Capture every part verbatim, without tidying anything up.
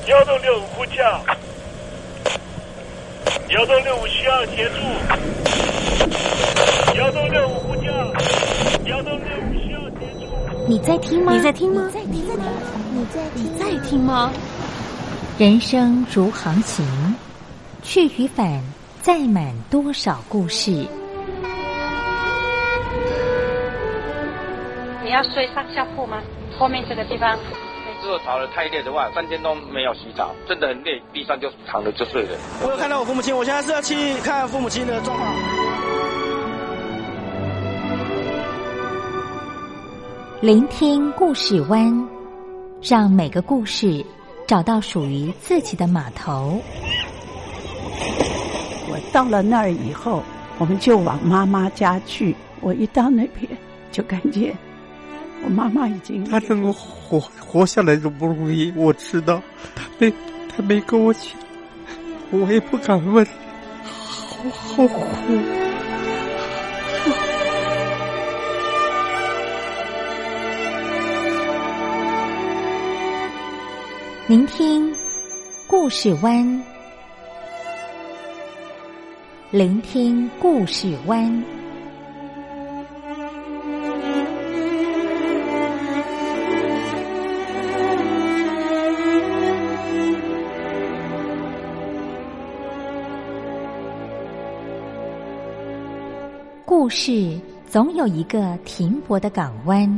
幺洞六五呼叫，幺洞六五需要协助，幺洞六五呼叫，幺洞六五需要协助。 你在听吗？ 你在听吗？ 你在听吗？ 你在你在听吗？ 人生如航行，去与返，载满多少故事。 你要睡上下铺吗？后面这个地方。 如果吵得太累的话，三天都没有洗澡，真的很累，地上就躺着就睡了。 我有看到我父母亲，我现在是要去看父母亲的状况。 聆听故事湾，让每个故事找到属于自己的码头。 我到了那儿以后，我们就往妈妈家去。我一到那边，就感觉我妈妈已经， 她能够活活下来都不容易，我知道，她没她没跟我讲，我也不敢问，好好苦。 聆听故事湾，聆听故事湾。故事总有一个停泊的港湾。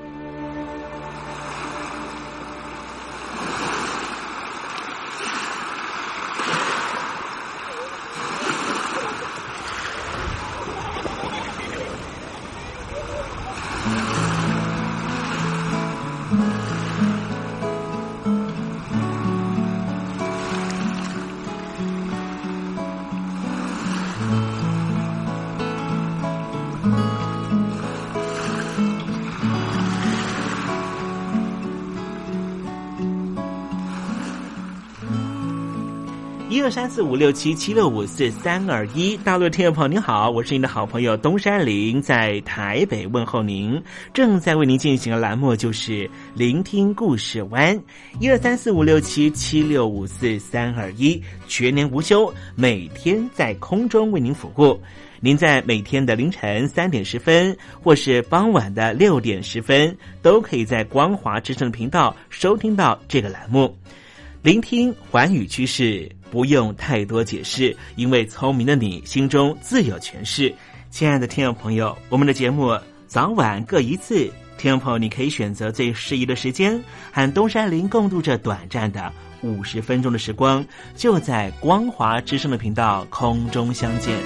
一二三四五六七七六五四三二一，大陆的听众朋友您好，我是您的好朋友东山林，在台北问候您。正在为您进行的栏目就是聆听故事湾，一二三四五六七七六五四三二一，全年无休，每天在空中为您服务。您在每天的凌晨三点十分，或是傍晚的六点十分，都可以在光华之声频道收听到这个栏目。聆听寰宇趋势，不用太多解释，因为聪明的你心中自有诠释。亲爱的听众朋友，我们的节目早晚各一次，听众朋友你可以选择最适宜的时间，和东山林共度这短暂的五十分钟的时光，就在光华之声的频道空中相见。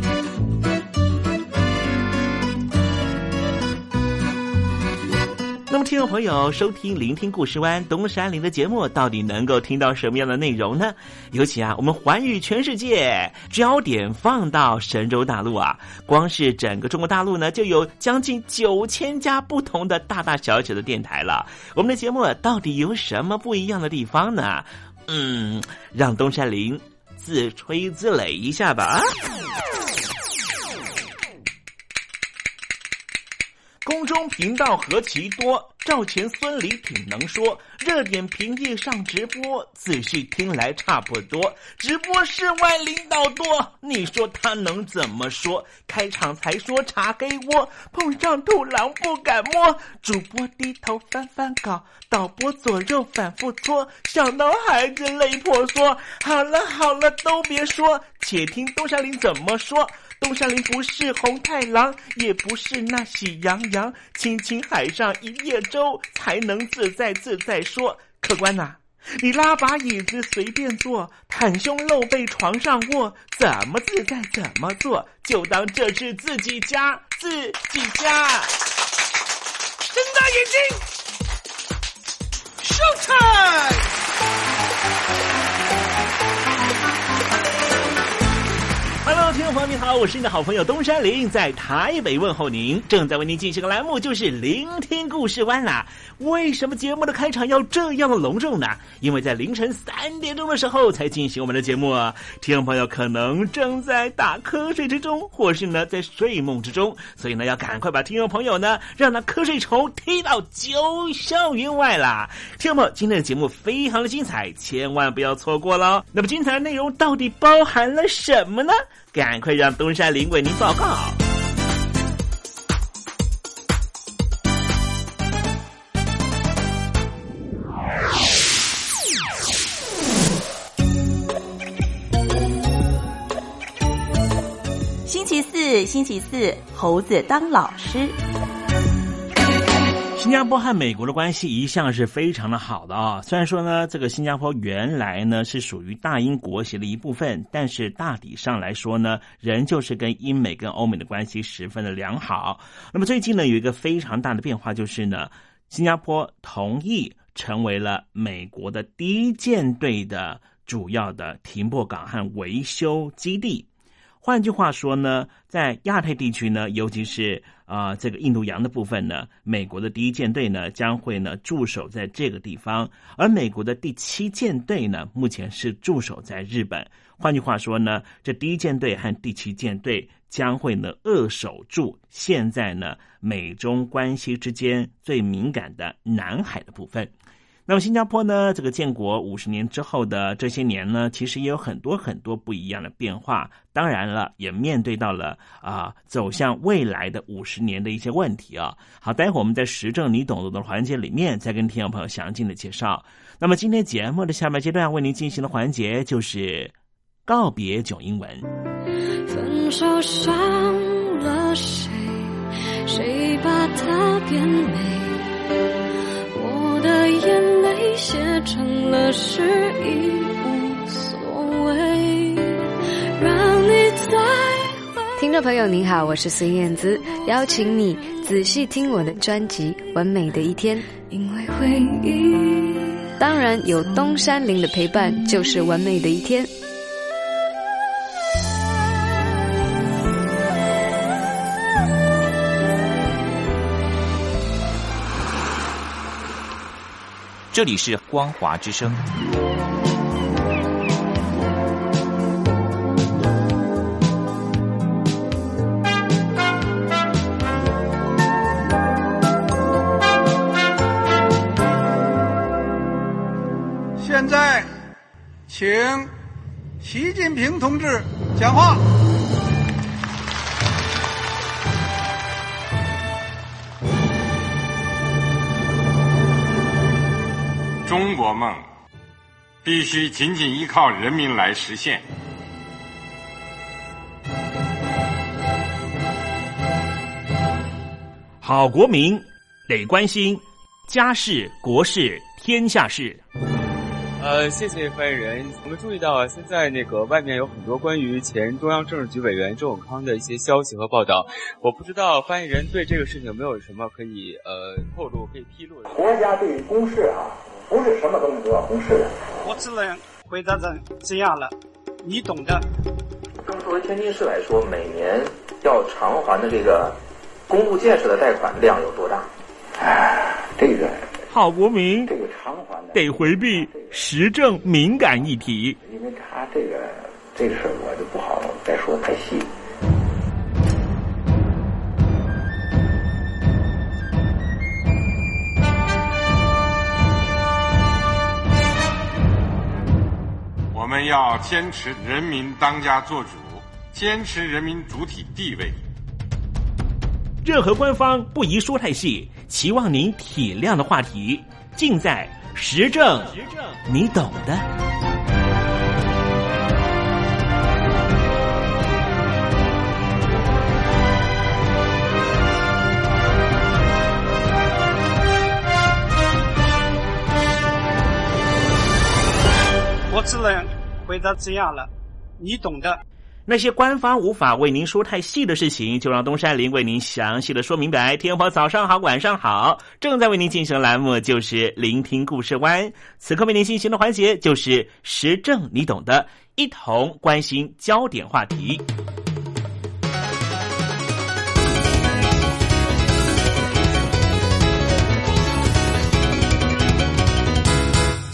那么听众朋友收听聆听故事湾东山林的节目，到底能够听到什么样的内容呢？尤其啊，我们环宇全世界，焦点放到神州大陆啊，光是整个中国大陆呢，就有将近九千家不同的大大小小的电台了。我们的节目到底有什么不一样的地方呢？嗯，让东山林自吹自擂一下吧。空中频道何其多，赵钱孙李挺能说，热点平地上直播，仔细听来差不多。直播室外领导多，你说他能怎么说？开场才说查黑窝，碰上土狼不敢摸。主播低头翻翻稿，导播左右反复搓，想到孩子泪婆娑。好了好了，都别说，且听东山林怎么说。东山林不是红太狼，也不是那喜羊羊，亲亲海上一叶舟，才能自在自在说。客官呐、啊，你拉把椅子随便坐，袒胸露背床上卧，怎么自在怎么做，就当这是自己家，自己家。睁大眼睛 ，Showtime！Hello， 听众朋友您好，我是你的好朋友东山林，在台北问候您。正在为您进行的栏目就是聆听故事湾啦。为什么节目的开场要这样的隆重呢？因为在凌晨三点钟的时候才进行我们的节目啊。听众朋友可能正在打瞌睡之中，或是呢在睡梦之中，所以呢要赶快把听众朋友呢让那瞌睡虫踢到九霄云外啦。听众朋友，今天的节目非常的精彩，千万不要错过了。那么精彩的内容到底包含了什么呢？赶快让东山林为您报告。 星期四，星期四，猴子当老师。 新加坡和美国的关系一向是非常的好的啊、哦。虽然说呢，这个新加坡原来呢是属于大英国协的一部分，但是大体上来说呢，仍旧是跟英美跟欧美的关系十分的良好。那么最近呢，有一个非常大的变化，就是呢，新加坡同意成为了美国的第一舰队的主要的停泊港和维修基地。换句话说呢，在亚太地区呢，尤其是啊、呃、这个印度洋的部分呢，美国的第一舰队呢将会呢驻守在这个地方，而美国的第七舰队呢目前是驻守在日本。换句话说呢，这第一舰队和第七舰队将会呢扼守住现在呢美中关系之间最敏感的南海的部分。那么新加坡呢，这个建国五十年之后的这些年呢，其实也有很多很多不一样的变化。当然了，也面对到了啊、呃、走向未来的五十年的一些问题啊。好，待会我们在时政你懂得的环节里面再跟听众朋友详尽的介绍。那么今天节目的下半阶段为您进行的环节就是告别囧英文。 分手伤了谁？谁把它变美？我的眼泪写成了诗，已无所谓。让你再听众朋友您好，我是孙燕姿，邀请你仔细听我的专辑《完美的一天》， 因为回忆， 当然有东山林的陪伴就是完美的一天。 这里是光华之声。 现在，请习近平同志讲话。 中国梦必须紧紧依靠人民来实现。 好国民得关心家事、国事、天下事。 呃，谢谢发言人。我们注意到啊，现在那个外面有很多关于前中央政治局委员周永康的一些消息和报道。我不知道发言人对这个事情有没有什么可以呃透露、可以披露的？ 国家对于公事啊，不是什么东西都要公示的。 我只能回答成这样了，你懂的。 那么作为天津市来说，每年要偿还的这个公路建设的贷款量有多大？哎，这个好国民这个偿还的得回避时政敏感议题， 因为他这个这个事儿我就不好再说太细。 我们要坚持人民当家作主，坚持人民主体地位。 任何官方不宜说太细，期望您体谅的话题，尽在时政，你懂的。 我只能回答这样了，你懂的。 那些官方无法为您说太细的事情，就让东山林为您详细的说明白。天婆早上好，晚上好，正在为您进行的栏目就是聆听故事湾，此刻为您进行的环节就是时政你懂的，一同关心焦点话题。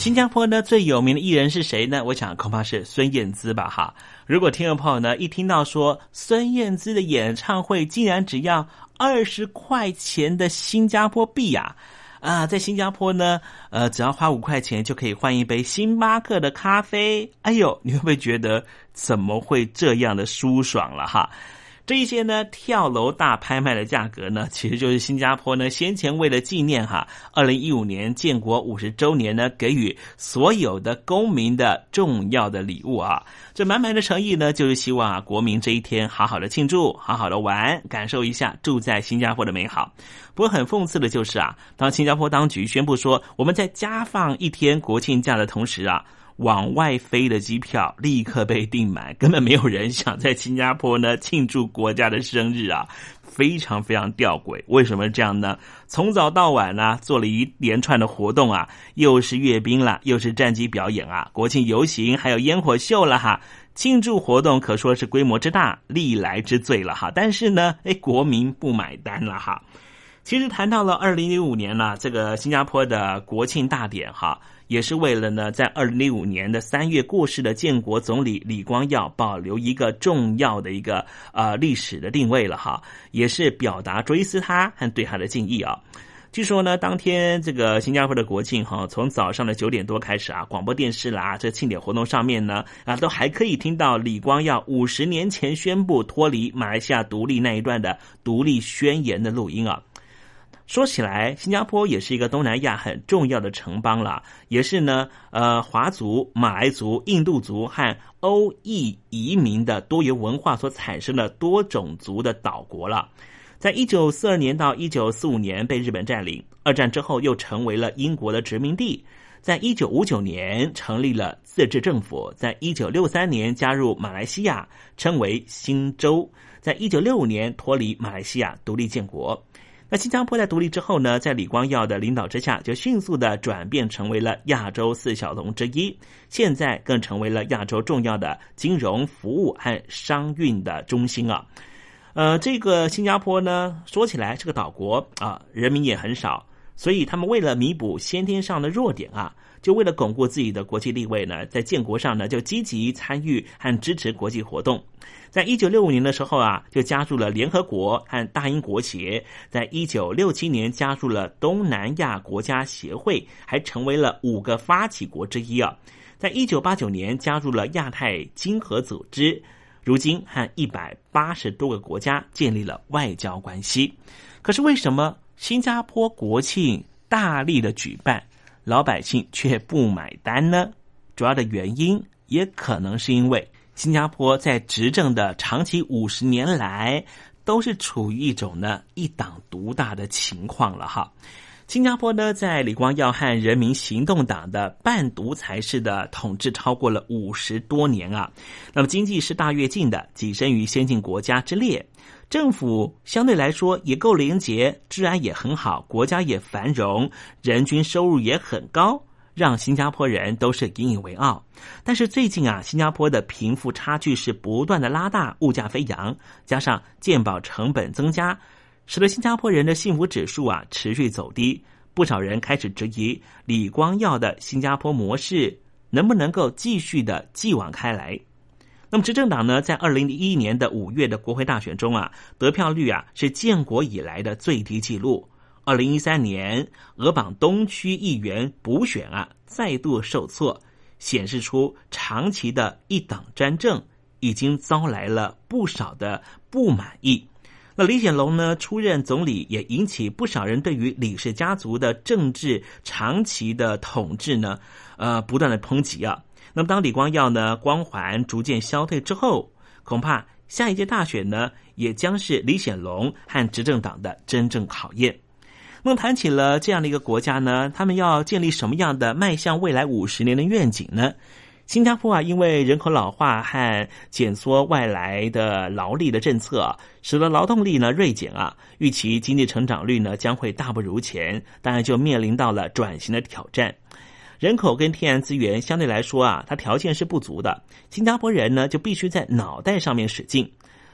新加坡呢最有名的艺人是谁呢？我想恐怕是孙燕姿吧哈。如果听众朋友呢一听到说孙燕姿的演唱会竟然只要二十块钱的新加坡币啊，啊，在新加坡呢，呃，只要花五块钱就可以换一杯星巴克的咖啡。哎呦，你会不会觉得怎么会这样的舒爽了哈？这一些呢跳楼大拍卖的价格呢，其实就是新加坡呢先前为了纪念哈二零一五年建国五十周年呢，给予所有的公民的重要的礼物啊。这满满的诚意呢，就是希望啊国民这一天好好的庆祝，好好的玩，感受一下住在新加坡的美好。不过很讽刺的就是啊，当新加坡当局宣布说我们在加放一天国庆假的同时啊，往外飞的机票立刻被订满，根本没有人想在新加坡呢庆祝国家的生日啊，非常非常吊诡。为什么这样呢？从早到晚呢、啊、做了一连串的活动啊，又是阅兵啦，又是战机表演啊，国庆游行，还有烟火秀了哈。庆祝活动可说是规模之大，历来之最了哈。但是呢，哎，国民不买单了哈。其实谈到了二零零五年呢、啊，这个新加坡的国庆大典哈，也是为了呢，在二零零五年的三月过世的建国总理李光耀保留一个重要的一个呃历史的定位了哈，也是表达追思他和对他的敬意啊。据说呢，当天这个新加坡的国庆哈，从早上的九点多开始啊，广播电视啦，这庆典活动上面呢啊，都还可以听到李光耀五十年前宣布脱离马来西亚独立那一段的独立宣言的录音啊。说起来，新加坡也是一个东南亚很重要的城邦了，也是呢，呃，华族、马来族、印度族和欧裔移民的多元文化所产生的多种族的岛国了。在一九四二年到一九四五年被日本占领，二战之后又成为了英国的殖民地。在一九五九年成立了自治政府，在一九六三年加入马来西亚，称为新州。在一九六五年脱离马来西亚独立建国。那新加坡在独立之后呢，在李光耀的领导之下，就迅速的转变成为了亚洲四小龙之一，现在更成为了亚洲重要的金融服务和商运的中心啊。呃，这个新加坡呢，说起来是个岛国啊，人民也很少，所以他们为了弥补先天上的弱点啊，就为了巩固自己的国际地位呢，在建国上呢，就积极参与和支持国际活动。在一九六五年的时候啊，就加入了联合国和大英国协，在一九六七年加入了东南亚国家协会，还成为了五个发起国之一啊。在一九八九年加入了亚太经合组织，如今和一百八十多个国家建立了外交关系。可是为什么新加坡国庆大力的举办，老百姓却不买单呢？主要的原因也可能是因为新加坡在执政的长期五十年来，都是处于一种呢一党独大的情况了哈。新加坡呢，在李光耀和人民行动党的半独裁式的统治超过了五十多年啊。那么经济是大跃进的，跻身于先进国家之列。政府相对来说也够廉洁，治安也很好，国家也繁荣，人均收入也很高，让新加坡人都是引以为傲。但是最近啊，新加坡的贫富差距是不断的拉大，物价飞扬，加上健保成本增加，使得新加坡人的幸福指数啊持续走低。不少人开始质疑李光耀的新加坡模式能不能够继续的继往开来。那么执政党呢，在二零零一年的五月的国会大选中啊，得票率啊是建国以来的最低纪录。二零一三年俄榜东区议员补选啊再度受挫，显示出长期的一党专政已经遭来了不少的不满意。那李显龙呢出任总理，也引起不少人对于李氏家族的政治长期的统治呢呃不断的抨击啊。那么当李光耀呢光环逐渐消退之后，恐怕下一届大选呢也将是李显龙和执政党的真正考验。那么谈起了这样的一个国家呢，他们要建立什么样的迈向未来五十年的愿景呢？新加坡啊，因为人口老化和减缩外来的劳力的政策啊，使得劳动力呢锐减啊，预期经济成长率呢将会大不如前，当然就面临到了转型的挑战。人口跟天然资源相对来说啊，它条件是不足的，新加坡人呢就必须在脑袋上面使劲。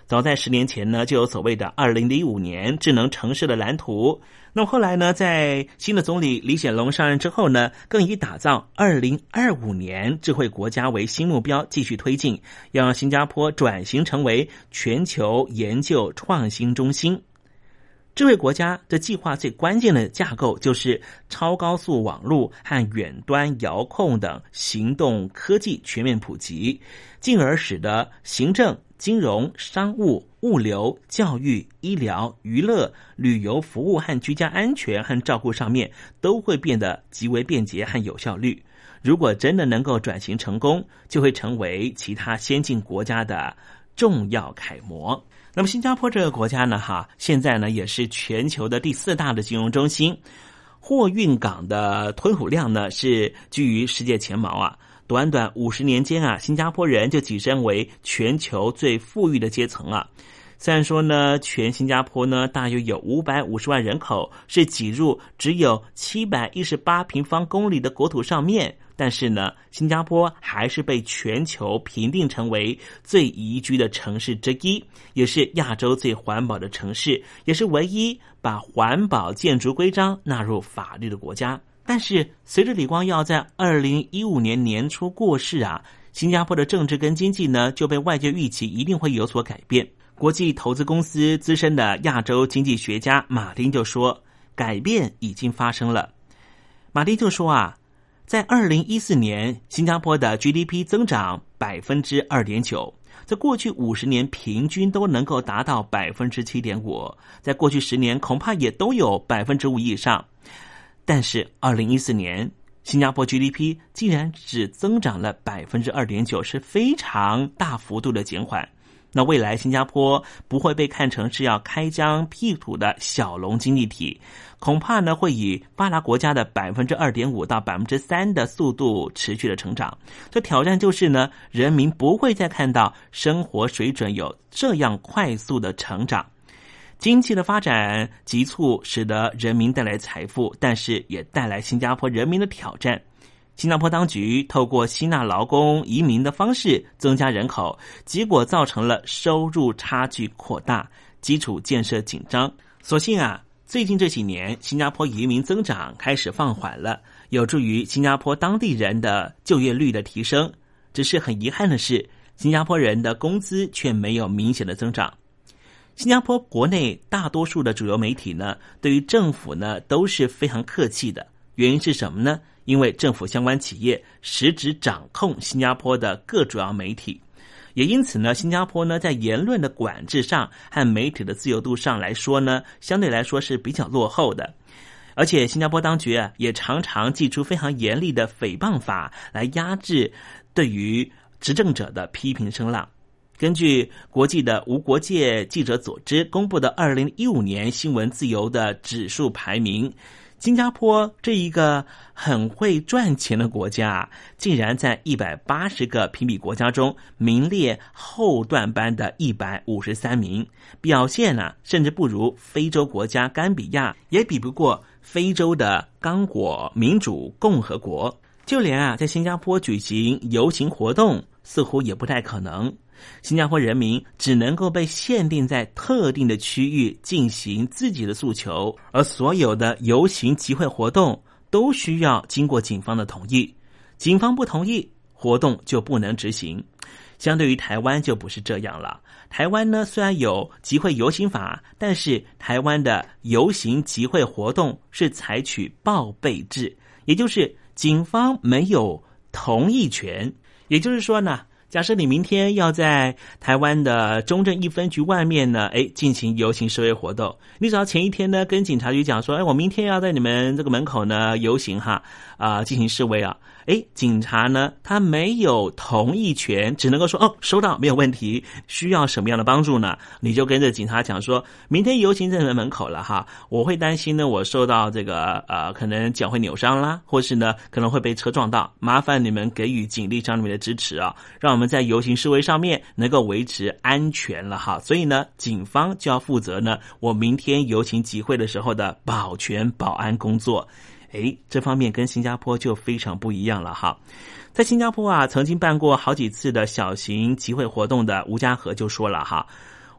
早在十年前呢，就有所谓的二零零五年智能城市的蓝图。那么后来呢，在新的总理李显龙上任之后呢，更以打造二零二五年智慧国家为新目标继续推进，要让新加坡转型成为全球研究创新中心。智慧国家的计划最关键的架构就是超高速网络和远端遥控等行动科技全面普及，进而使得行政、金融、商务、物流、教育、医疗、娱乐、旅游服务和居家安全和照顾上面都会变得极为便捷和有效率。如果真的能够转型成功，就会成为其他先进国家的重要楷模。那么新加坡这个国家呢，哈，现在呢也是全球的第四大的金融中心，货运港的吞吐量呢是居于世界前茅啊。短短五十年间啊，新加坡人就跻身为全球最富裕的阶层啊。虽然说呢，全新加坡呢大约有五百五十万人口，是挤入只有七百一十八平方公里的国土上面，但是呢，新加坡还是被全球评定成为最宜居的城市之一，也是亚洲最环保的城市，也是唯一把环保建筑规章纳入法律的国家。但是随着李光耀在二零一五年年初过世啊，新加坡的政治跟经济呢就被外界预期一定会有所改变。国际投资公司资深的亚洲经济学家马丁就说，改变已经发生了。马丁就说啊，在二零一四年，新加坡的 G D P 增长 百分之二点九， 在过去五十年平均都能够达到 百分之七点五， 在过去十年恐怕也都有 百分之五 以上。但是二零一四年新加坡 G D P 竟然只增长了 百分之二点九， 是非常大幅度的减缓。那未来新加坡不会被看成是要开疆辟土的小龙经济体，恐怕呢会以发达国家的 百分之二点五 到 百分之三 的速度持续的成长。这挑战就是呢，人民不会再看到生活水准有这样快速的成长。经济的发展急促使得人民带来财富，但是也带来新加坡人民的挑战。新加坡当局透过吸纳劳工移民的方式增加人口，结果造成了收入差距扩大，基础建设紧张。所幸啊，最近这几年新加坡移民增长开始放缓了，有助于新加坡当地人的就业率的提升。只是很遗憾的是，新加坡人的工资却没有明显的增长。新加坡国内大多数的主流媒体呢，对于政府呢都是非常客气的。原因是什么呢？因为政府相关企业实质掌控新加坡的各主要媒体，也因此呢，新加坡呢在言论的管制上和媒体的自由度上来说呢，相对来说是比较落后的。而且新加坡当局啊，也常常祭出非常严厉的诽谤法来压制对于执政者的批评声浪。根据国际的无国界记者组织公布的二零一五年新闻自由的指数排名，新加坡这一个很会赚钱的国家，竟然在一百八十个评比国家中名列后段班的一百五十三名，表现啊甚至不如非洲国家甘比亚，也比不过非洲的刚果民主共和国。就连啊在新加坡举行游行活动似乎也不太可能。新加坡人民只能够被限定在特定的区域进行自己的诉求，而所有的游行集会活动都需要经过警方的同意，警方不同意，活动就不能执行。相对于台湾就不是这样了，台湾呢虽然有集会游行法，但是台湾的游行集会活动是采取报备制，也就是警方没有同意权。也就是说呢，假设你明天要在台湾的中正一分局外面呢，哎，进行游行示威活动，你只要前一天呢跟警察局讲说，哎，我明天要在你们这个门口呢游行哈，啊、呃，进行示威啊，哎，警察呢他没有同意权，只能够说哦，收到，没有问题。需要什么样的帮助呢？你就跟着警察讲说，明天游行在你们门口了哈，我会担心呢，我受到这个呃，可能脚会扭伤啦，或是呢可能会被车撞到，麻烦你们给予警力上面的支持啊，让我们在游行示威上面能够维持安全了哈。所以呢，警方就要负责呢，我明天游行集会的时候的保全保安工作。诶，这方面跟新加坡就非常不一样了哈。在新加坡啊，曾经办过好几次的小型集会活动的吴家和就说了哈，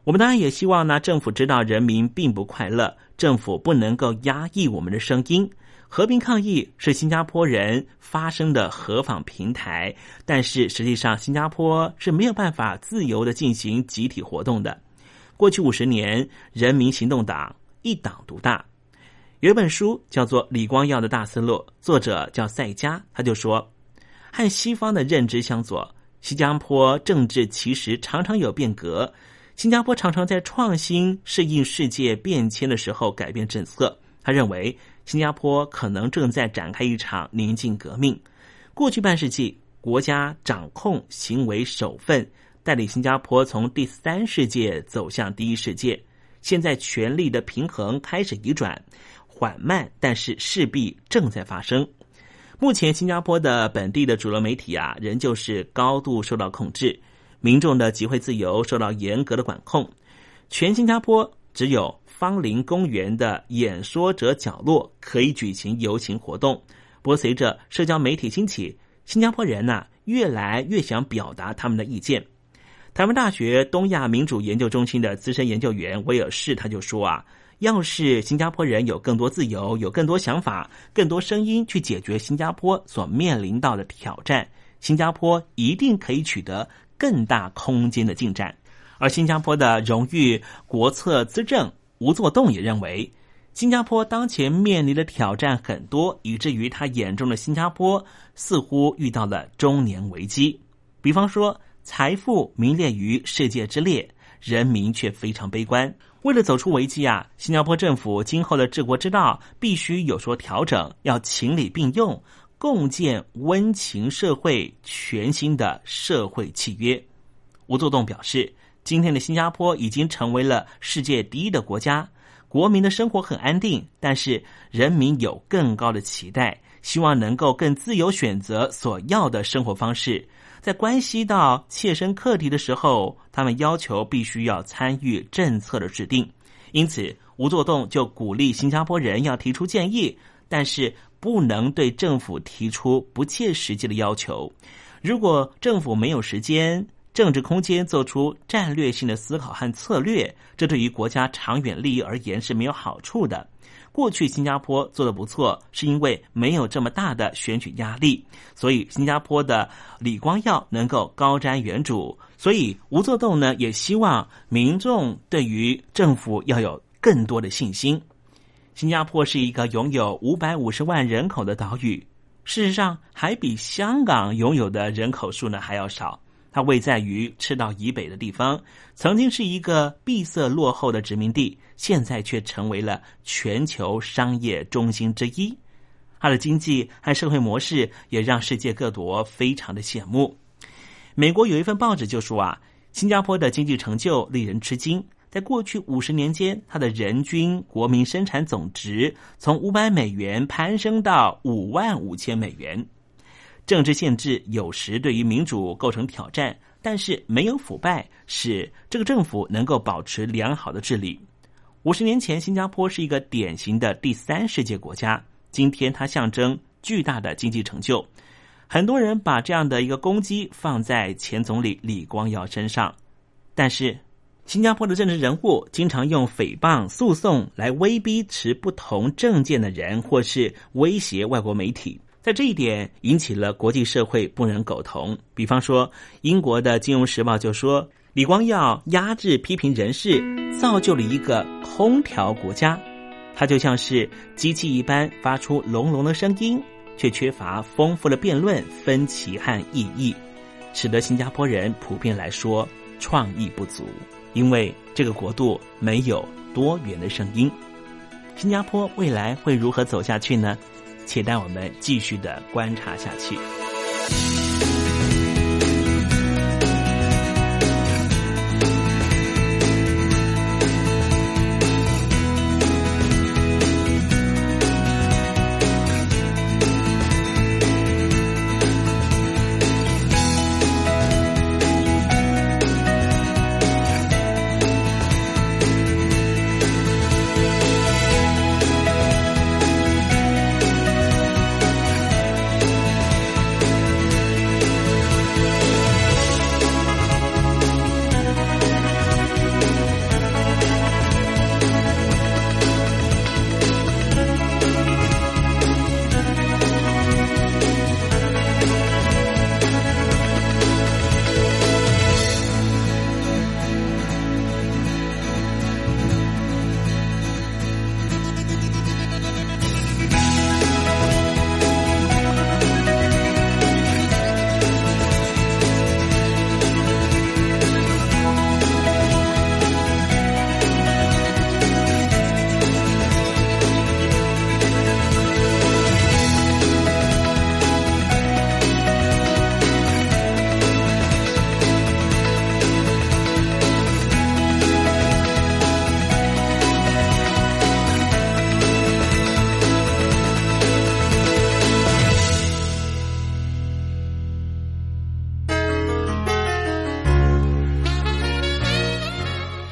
我们当然也希望呢，政府知道人民并不快乐，政府不能够压抑我们的声音。和平抗议是新加坡人发声的合法平台，但是实际上新加坡是没有办法自由的进行集体活动的。过去五十年，人民行动党一党独大。有一本书叫做《李光耀的大思路》，作者叫赛嘉，他就说，和西方的认知相左，新加坡政治其实常常有变革，新加坡常常在创新适应世界变迁的时候改变政策。他认为新加坡可能正在展开一场宁静革命。过去半世纪，国家掌控行为首份，带领新加坡从第三世界走向第一世界。现在权力的平衡开始移转，缓慢，但是势必正在发生。目前新加坡的本地的主流媒体啊，仍旧是高度受到控制，民众的集会自由受到严格的管控。全新加坡只有芳林公园的演说者角落可以举行游行活动。不过随着社交媒体兴起，新加坡人呢、啊、越来越想表达他们的意见。台湾大学东亚民主研究中心的资深研究员威尔士他就说啊，要是新加坡人有更多自由，有更多想法，更多声音去解决新加坡所面临到的挑战，新加坡一定可以取得更大空间的进展。而新加坡的荣誉国策资政吴作栋也认为，新加坡当前面临的挑战很多，以至于他眼中的新加坡似乎遇到了中年危机。比方说，财富名列于世界之列，人民却非常悲观。为了走出危机啊，新加坡政府今后的治国之道必须有所调整，要情理并用，共建温情社会全新的社会契约。吴作栋表示，今天的新加坡已经成为了世界第一的国家，国民的生活很安定，但是人民有更高的期待，希望能够更自由选择所要的生活方式。在关系到切身课题的时候，他们要求必须要参与政策的制定。因此，吴作栋就鼓励新加坡人要提出建议，但是不能对政府提出不切实际的要求。如果政府没有时间、政治空间做出战略性的思考和策略，这对于国家长远利益而言是没有好处的。过去新加坡做得不错，是因为没有这么大的选举压力，所以新加坡的李光耀能够高瞻远瞩。所以吴作栋呢，也希望民众对于政府要有更多的信心。新加坡是一个拥有五百五十万人口的岛屿，事实上还比香港拥有的人口数呢还要少。它位在于赤道以北的地方，曾经是一个闭塞落后的殖民地，现在却成为了全球商业中心之一。它的经济和社会模式也让世界各国非常的羡慕。美国有一份报纸就说啊，新加坡的经济成就令人吃惊。在过去五十年间，它的人均国民生产总值从五百美元攀升到五万五千美元。政治限制有时对于民主构成挑战，但是没有腐败，使这个政府能够保持良好的治理。五十年前，新加坡是一个典型的第三世界国家，今天它象征巨大的经济成就。很多人把这样的一个攻击放在前总理李光耀身上，但是新加坡的政治人物经常用诽谤、诉讼来威逼持不同政见的人，或是威胁外国媒体。在这一点引起了国际社会不能苟同。比方说，英国的《金融时报》就说，李光耀压制批评人士，造就了一个空调国家。它就像是机器一般，发出隆隆的声音，却缺乏丰富的辩论、分歧和意义，使得新加坡人普遍来说创意不足，因为这个国度没有多元的声音。新加坡未来会如何走下去呢？且待我们继续的观察下去。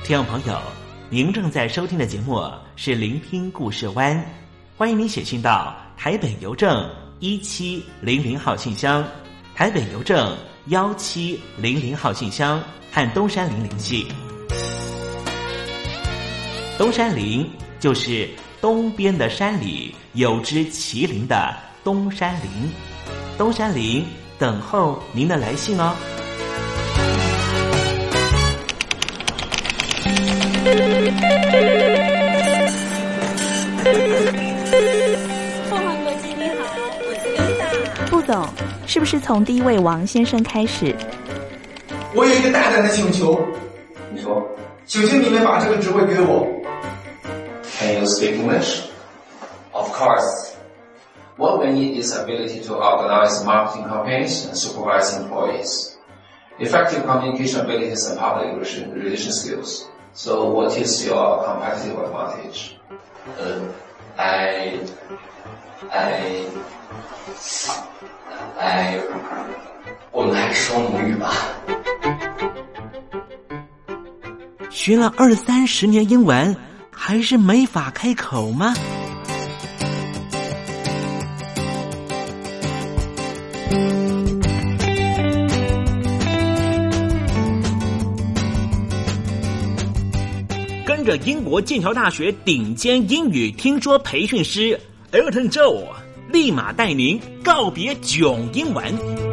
听众朋友，您正在收听的节目是聆听故事湾，欢迎您写信到台北邮政一七零零号信箱，台北邮政一七零零号信箱和东山林联系。东山林就是东边的山里有只麒麟的东山林，东山林等候您的来信哦。 凤凰国际你好，我是刘大。副总，是不是从第一位王先生开始？ 我有一个大胆的请求， 你说， 请请你们把这个职位给我。 Can you speak English? Of course. What we need is ability to organize marketing campaigns and supervise employees. Effective communication abilities and public relation skills. So what is your competitive advantage? Uh, I, I, I, 我们还是说母语吧。 学了二三十年英文，还是没法开口吗？跟着英国剑桥大学顶尖英语听说培训师 Elton Joe 立马带您告别囧英文。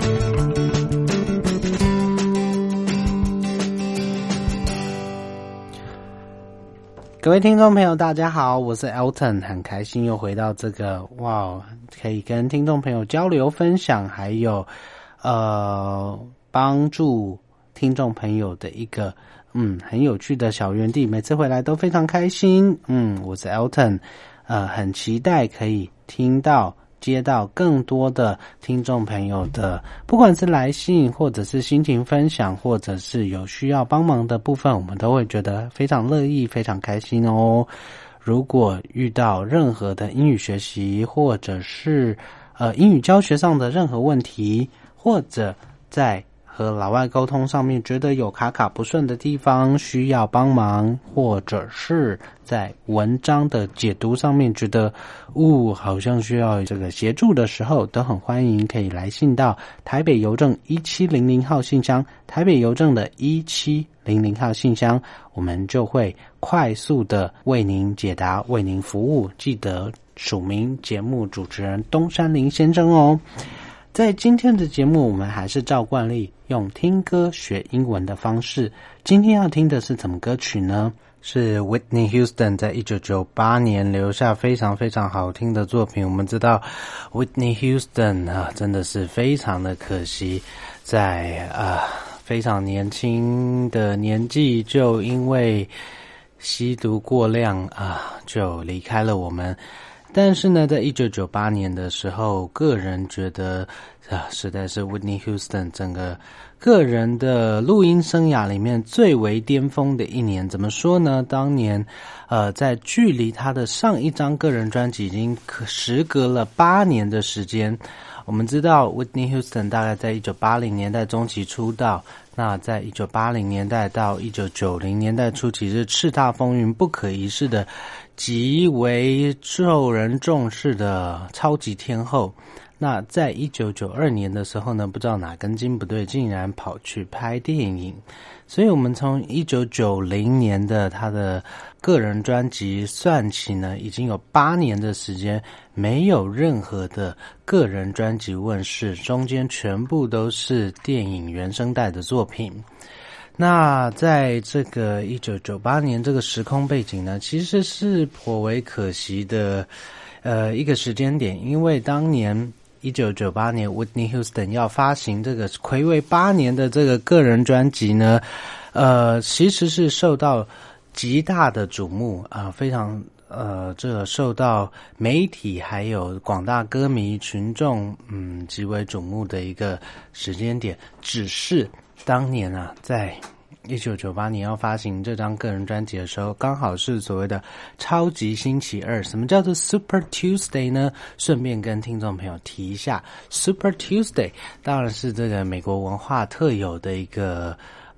各位听众朋友大家好，我是 Elton， 很开心又回到这个哇，可以跟听众朋友交流分享，还有呃帮助听众朋友的一个嗯很有趣的小园地，每次回来都非常开心。嗯，我是 Elton， 呃很期待可以听到接到更多的听众朋友的不管是来信或者是心情分享，或者是有需要帮忙的部分，我们都会觉得非常乐意非常开心哦。如果遇到任何的英语学习或者是呃英语教学上的任何问题，或者在和老外沟通上面觉得有卡卡不顺的地方需要帮忙，或者是在文章的解读上面觉得呜好像需要这个协助的时候，都很欢迎可以来信到台北邮政一七零零号信箱，台北邮政的一七零零号信箱，我们就会快速的为您解答为您服务，记得署名节目主持人东山林先生哦。在今天的节目，我们还是照惯例用听歌学英文的方式。今天要听的是什么歌曲呢？是 Whitney Houston 在一九九八年留下非常非常好听的作品。我们知道 Whitney Houston 啊，真的是非常的可惜，在啊非常年轻的年纪就因为吸毒过量啊就离开了我们。但是呢，在一九九八年的时候，个人觉得啊，实在是 Whitney Houston 整个个人的录音生涯里面最为巅峰的一年。怎么说呢？当年呃，在距离他的上一张个人专辑已经时隔了八年的时间。我们知道 Whitney Houston 大概在一九八零年代中期出道，那在一九八零年代到一九九零年代初期是叱咤风云、不可一世的极为受人重视的超级天后。那在一九九二年的时候呢，不知道哪根筋不对，竟然跑去拍电影。所以我们从一九九零年的他的个人专辑算起呢，已经有八年的时间没有任何的个人专辑问世，中间全部都是电影原声带的作品。那在这个一九九八年这个时空背景呢，其实是颇为可惜的呃一个时间点，因为当年一九九八年 Whitney Houston 要发行这个睽违八年的这个个人专辑呢，呃其实是受到极大的瞩目啊、呃，非常呃这个受到媒体还有广大歌迷群众嗯极为瞩目的一个时间点。只是当年啊，在一九九八年要发行这张个人专辑的时候，刚好是所谓的超级星期二。什么叫做 Super Tuesday 呢？顺便跟听众朋友提一下 Super Tuesday 当然是这个美国文化特有的一个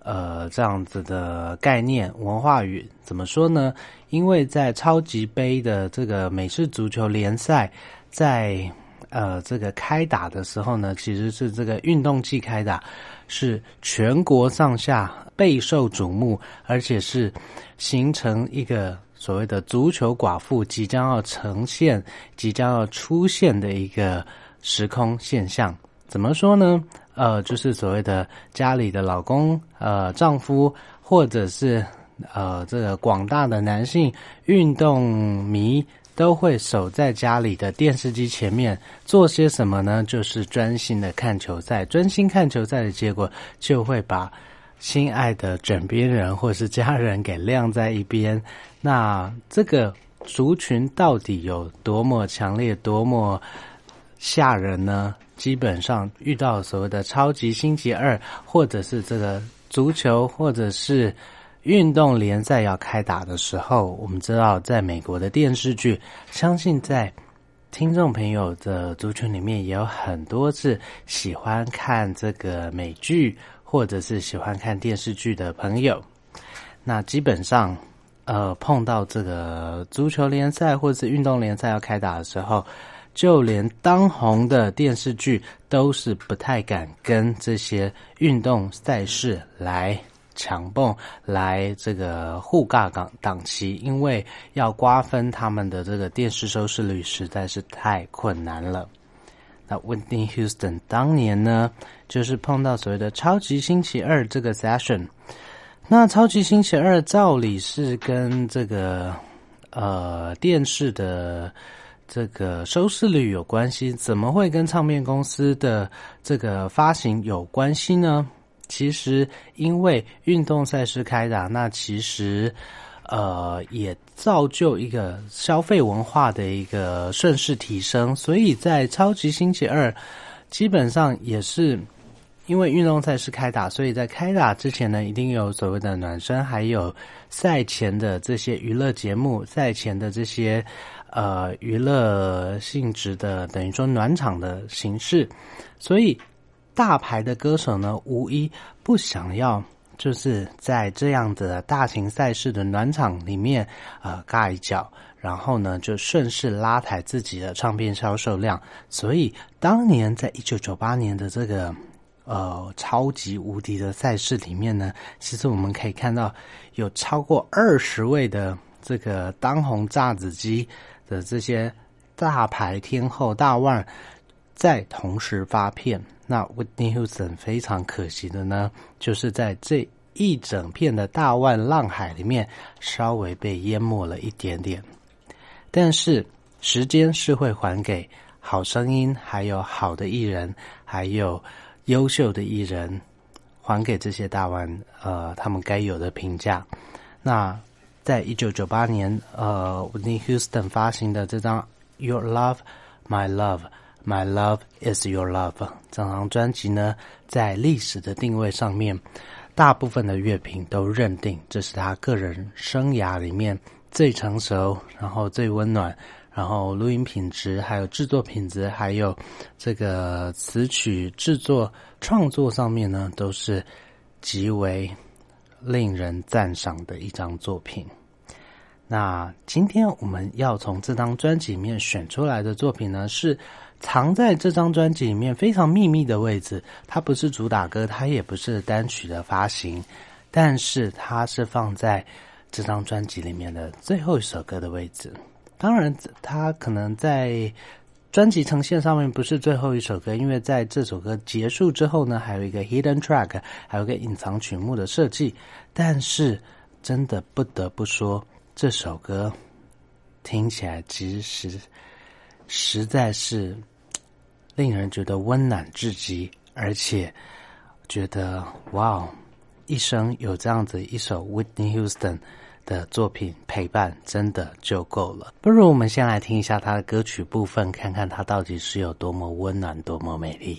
呃这样子的概念文化语。怎么说呢？因为在超级杯的这个美式足球联赛在呃这个开打的时候呢，其实是这个运动季开打，是全国上下备受瞩目，而且是形成一个所谓的足球寡妇即将要呈现即将要出现的一个时空现象。怎么说呢？呃就是所谓的家里的老公呃丈夫，或者是呃这个广大的男性运动迷都会守在家里的电视机前面做些什么呢？就是专心的看球赛。专心看球赛的结果，就会把心爱的枕边人或是家人给晾在一边。那这个族群到底有多么强烈，多么吓人呢？基本上遇到所谓的超级星期二，或者是这个足球，或者是运动联赛要开打的时候，我们知道在美国的电视剧，相信在听众朋友的族群里面也有很多是喜欢看这个美剧或者是喜欢看电视剧的朋友。那基本上呃碰到这个足球联赛或者是运动联赛要开打的时候，就连当红的电视剧都是不太敢跟这些运动赛事来强蹦，来这个互尬档档期，因为要瓜分他们的这个电视收视率实在是太困难了。那 Whitney Houston 当年呢，就是碰到所谓的超级星期二这个 session。那超级星期二照理是跟这个呃电视的这个收视率有关系，怎么会跟唱片公司的这个发行有关系呢？其实因为运动赛事开打，那其实呃也造就一个消费文化的一个顺势提升，所以在超级星期二基本上也是因为运动赛事开打，所以在开打之前呢，一定有所谓的暖身，还有赛前的这些娱乐节目，赛前的这些呃娱乐性质的等于说暖场的形式。所以大牌的歌手呢，无一不想要就是在这样的大型赛事的暖场里面呃尬一脚，然后呢就顺势拉抬自己的唱片销售量。所以当年在一九九八年的这个呃超级无敌的赛事里面呢，其实我们可以看到有超过二十位的这个当红炸子鸡的这些大牌天后大腕在同时发片。那 Whitney Houston 非常可惜的呢，就是在这一整片的大腕浪海里面稍微被淹没了一点点。但是时间是会还给好声音，还有好的艺人，还有优秀的艺人，还给这些大腕呃他们该有的评价。那在一九九八年呃 Whitney Houston 发行的这张 Your Love My Love My Love Is Your Love 这张专辑呢，在历史的定位上面，大部分的乐评都认定这是他个人生涯里面最成熟，然后最温暖，然后录音品质还有制作品质还有这个词曲制作创作上面呢，都是极为令人赞赏的一张作品。那今天我们要从这张专辑里面选出来的作品呢，是藏在这张专辑里面非常秘密的位置，它不是主打歌，它也不是单曲的发行，但是它是放在这张专辑里面的最后一首歌的位置。当然它可能在专辑呈现上面不是最后一首歌，因为在这首歌结束之后呢，还有一个 hidden track， 还有一个隐藏曲目的设计。但是真的不得不说，这首歌听起来其实实在是令人觉得温暖至极，而且觉得哇，一生有这样子一首 Whitney Houston 的作品陪伴真的就够了。不如我们先来听一下他的歌曲部分，看看他到底是有多么温暖，多么美丽。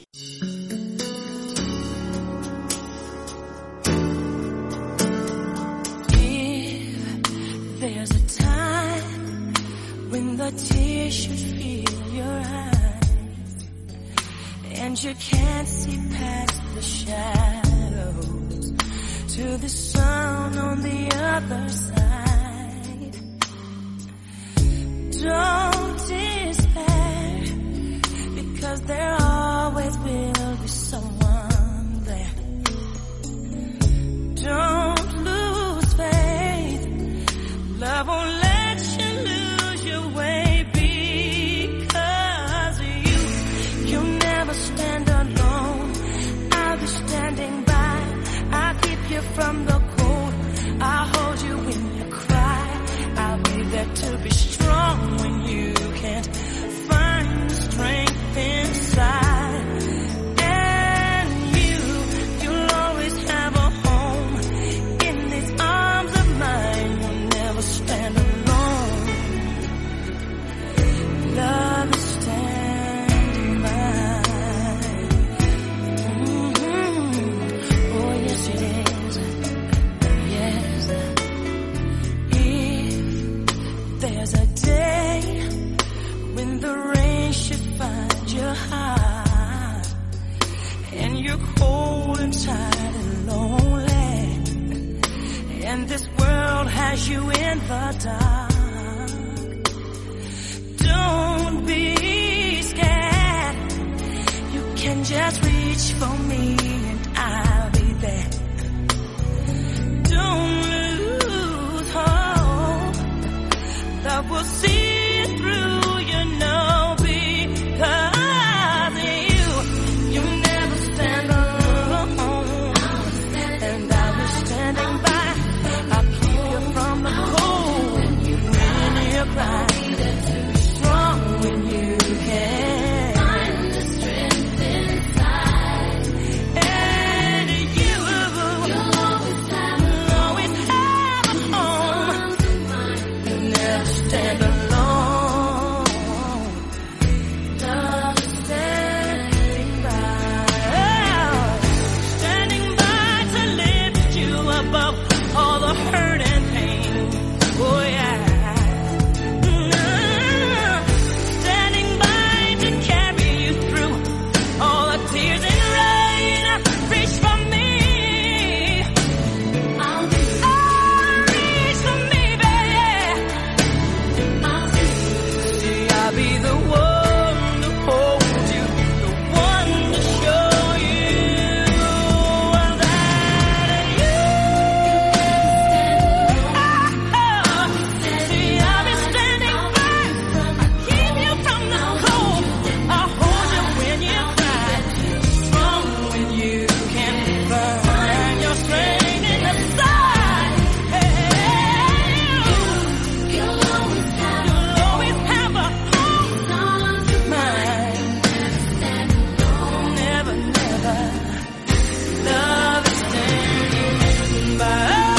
There's a time when the tears should fill your eyes, and you can't see past the shadows to the sun on the other side. Don't despair, because there always will be someone there. Don't lose faith, love won't let you lose your way, because you, you'll never stand alone. I'll be standing by, I'll keep you from the cold, I'll hold you when you cry, I'll be there to be strong when you can't find the strength inside. And you, you'll always have a home in these arms of mine. You'll never stand alone. Love is standing by. Mm-hmm. Oh yes it is. Yes. If there's a day when the rain should find your heart and you're cold and tired and lonely, and this world has you in the dark, don't be scared. You can just reach for me and I'll be there. Don't lose hope, love will see you through, you know, because you, you never stand alone, and I'll be standing by. I'll keep you from the cold when you cry, strong when you can find the strength inside. And you, you'll always have, always have a home. You'll never stand alone. Love is standing by, standing by to lift you above all the hurt and pain. Oh yeah. Mm, standing by to carry you through all the tears and rain. Reach for me. I'll be, oh, reach for me, baby. I'll be, see, I'll be the one to hold you, the one to show you that you. See, I'll be standing by. I'll keep you from the cold. I'll hold you when you cry, strong when you can't find your strength in the side. You'll always have, you'll always have a home of mine. Never, never, love is standing by.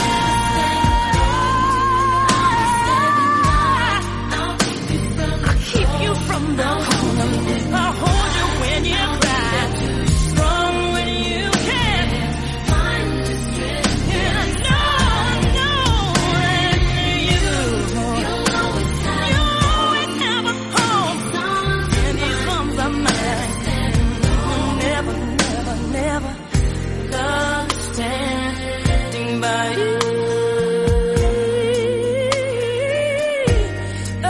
I'll keep you from the cold. I'll hold you when you cry, strong when you can't find the strength. And I know, I know that you, you'll always have, you'll always have a home in these arms of mine. Never, never, never, love is standing by you. Oh,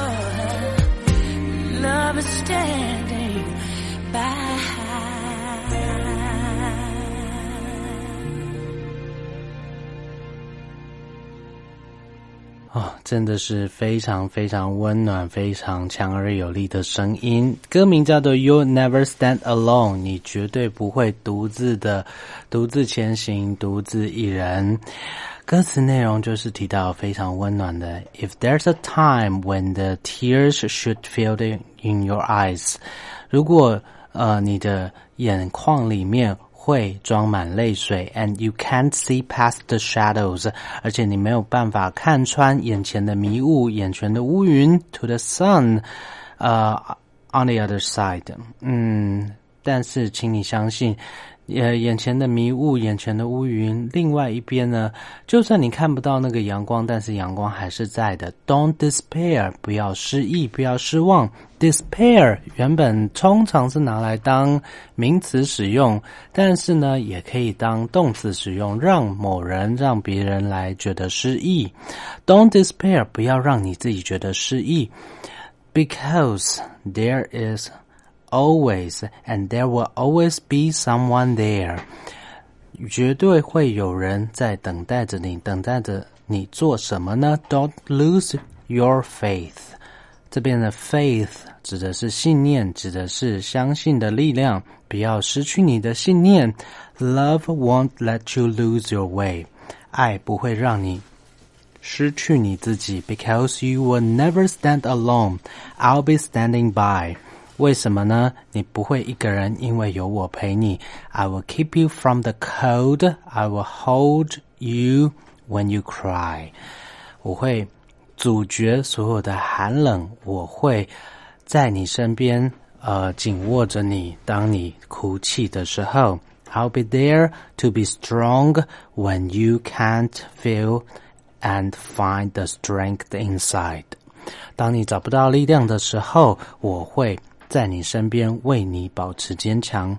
love is standing by. 哦，真的是非常非常温暖、非常强而有力的声音。歌名叫做 "You'll Never Stand Alone"， 你绝对不会独自的、独自前行、独自一人。歌词内容就是提到非常温暖的 "If there's a time when the tears should fill in your eyes"， 如果呃你的眼眶里面会装满泪水 and you can't see past the shadows， 而且你没有办法看穿眼前的迷雾，眼前的乌云 to the sun， 呃 on the other side， 嗯，但是请你相信呃，眼前的迷雾，眼前的乌云，另外一边呢，就算你看不到那个阳光，但是阳光还是在的。Don't despair， 不要失意，不要失望。Despair 原本通常是拿来当名词使用，但是呢，也可以当动词使用，让某人、让别人来觉得失意。Don't despair， 不要让你自己觉得失意。Because there is always and there will always be someone there， 绝对会有人在等待着你，等待着你做什么呢？ Don't lose your faith， 这边的 faith 指的是信念，指的是相信的力量，不要失去你的信念。 Love won't let you lose your way， 爱不会让你失去你自己。 Because you will never stand alone， I'll be standing by，为什么呢？你不会一个人，因为有我陪你。 I will keep you from the cold， I will hold you when you cry， 我会阻绝所有的寒冷，我会在你身边呃，紧握着你，当你哭泣的时候。 I'll be there to be strong when you can't feel and find the strength inside， 当你找不到力量的时候，我会在你身边为你保持坚强。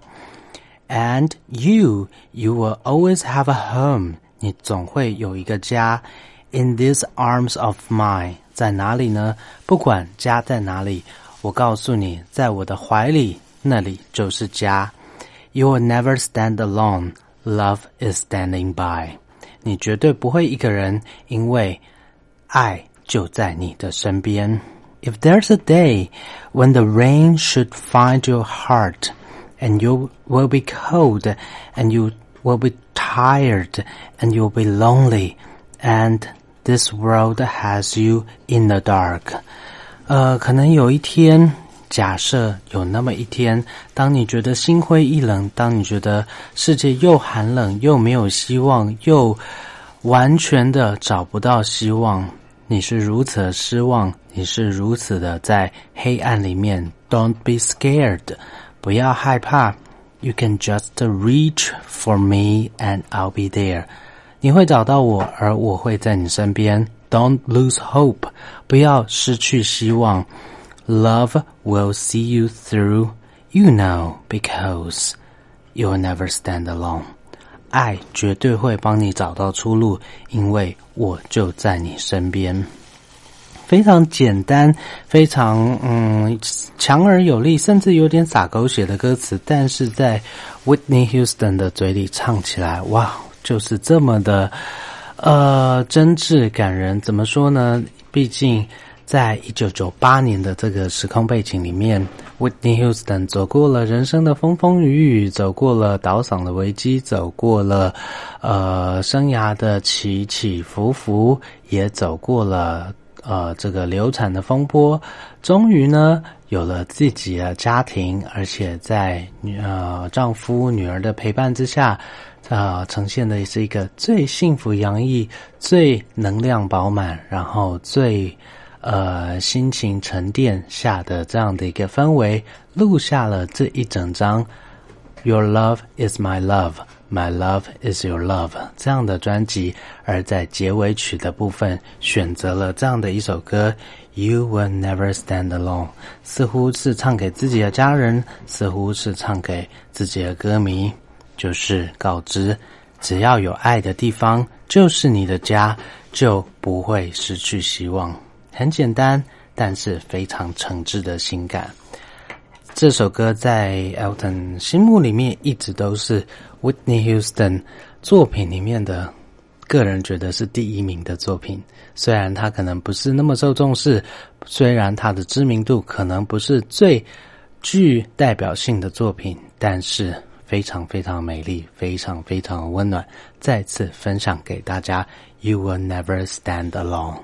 And you, you will always have a home， 你总会有一个家。 In these arms of mine， 在哪里呢？不管家在哪里，我告诉你，在我的怀里，那里就是家。 You will never stand alone， love is standing by， 你绝对不会一个人，因为爱就在你的身边。If there's a day when the rain should find your heart, and you will be cold, and you will be tired, and you'll be lonely, and this world has you in the dark. 呃，可能有一天，假设有那么一天，当你觉得心灰意冷，当你觉得世界又寒冷，又没有希望，又完全的找不到希望，你是如此的失望，你是如此的在黑暗里面。 Don't be scared， 不要害怕。 You can just reach for me and I'll be there， 你会找到我，而我会在你身边。 Don't lose hope， 不要失去希望。 Love will see you through, you know, because you'll never stand alone， 爱绝对会帮你找到出路，因为我就在你身边。非常简单，非常嗯强而有力，甚至有点洒狗血的歌词，但是在 Whitney Houston 的嘴里唱起来，哇，就是这么的呃真挚感人。怎么说呢？毕竟在一九九八年的这个时空背景里面， Whitney Houston 走过了人生的风风雨雨，走过了倒嗓的危机，走过了呃生涯的起起伏伏，也走过了呃这个流产的风波，终于呢有了自己的家庭，而且在呃丈夫女儿的陪伴之下，呃呈现的是一个最幸福洋溢，最能量饱满，然后最呃心情沉淀下的这样的一个氛围，录下了这一整张 Your Love is My Love， My Love is Your Love 这样的专辑，而在结尾曲的部分选择了这样的一首歌 You Will Never Stand Alone， 似乎是唱给自己的家人，似乎是唱给自己的歌迷，就是告知只要有爱的地方就是你的家，就不会失去希望。很简单，但是非常诚挚的情感。这首歌在 Elton 心目里面一直都是 Whitney Houston 作品里面的个人觉得是第一名的作品。虽然它可能不是那么受重视，虽然它的知名度可能不是最具代表性的作品，但是非常非常美丽，非常非常温暖。再次分享给大家 You Will Never Stand Alone。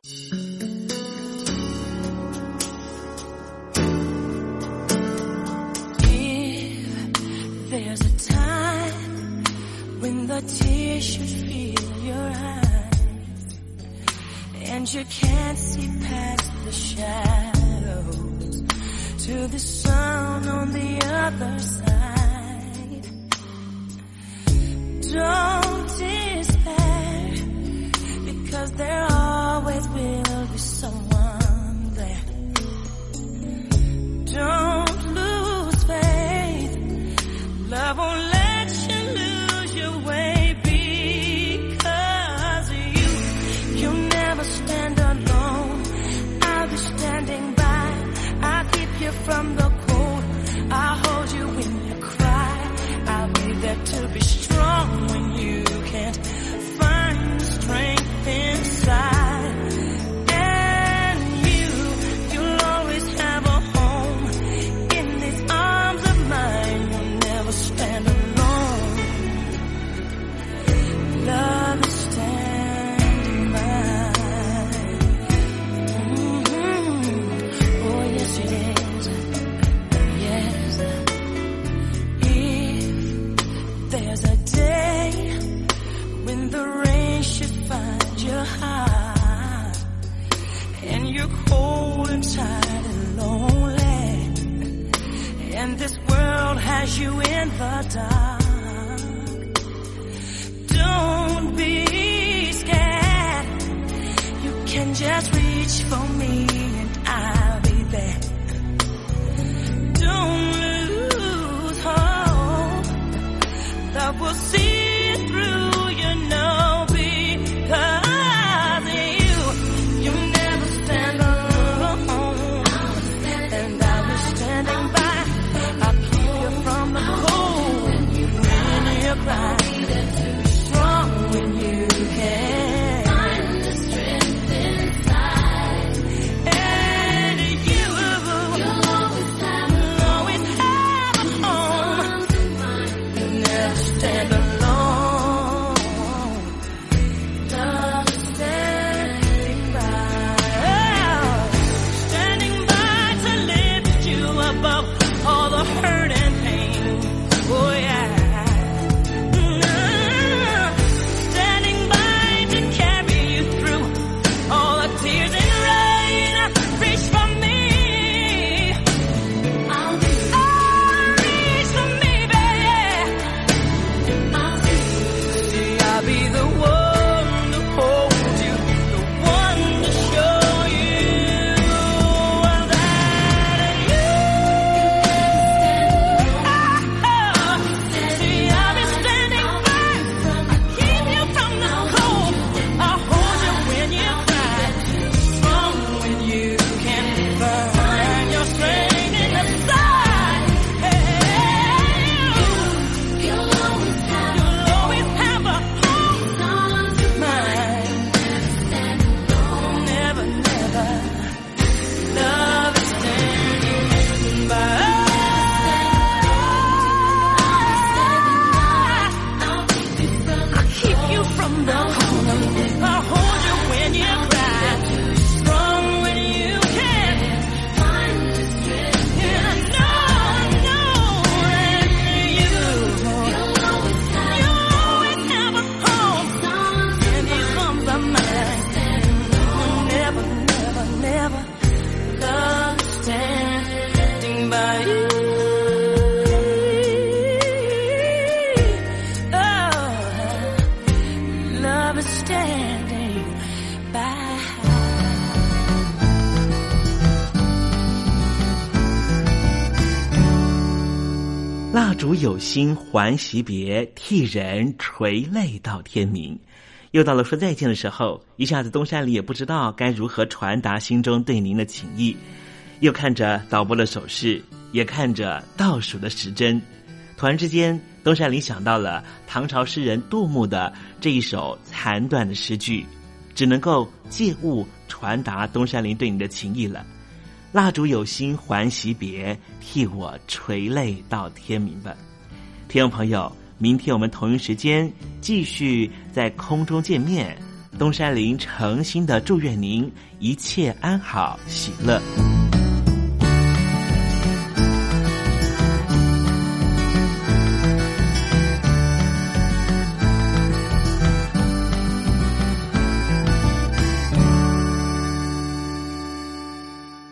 Tears should fill your eyes, and you can't see past the shadows to the sun on the other side. won't let you lose your way because you, you'll never stand alone. I'll be standing by. I'll keep you from the cold. I'll hold you when you cry. I'll be there to be strong when you can't find the strength inside. Tired and lonely, and this world has you in the dark. Don't be scared. You can just reach for me and I'll be there. Don't lose hope. Love will see you through, you know, because cry. Strong when you can find the strength inside. And you, you'll always have, you'll always have a home. You'll never stand alone. Love is standing by, standing by to lift you above all the hurt and pain. Oh yeah. 蜡烛有心还惜别，替人垂泪到天明。又到了说再见的时候，一下子东山里也不知道该如何传达心中对您的情意。又看着导播的手势，也看着倒数的时针，突然之间东山里想到了唐朝诗人杜牧的这一首残短的诗句，只能够借物传达东山林对你的情意了。蜡烛有心还惜别，替我垂泪到天明吧。听众朋友，明天我们同一时间继续在空中见面。东山林诚心的祝愿您一切安好喜乐。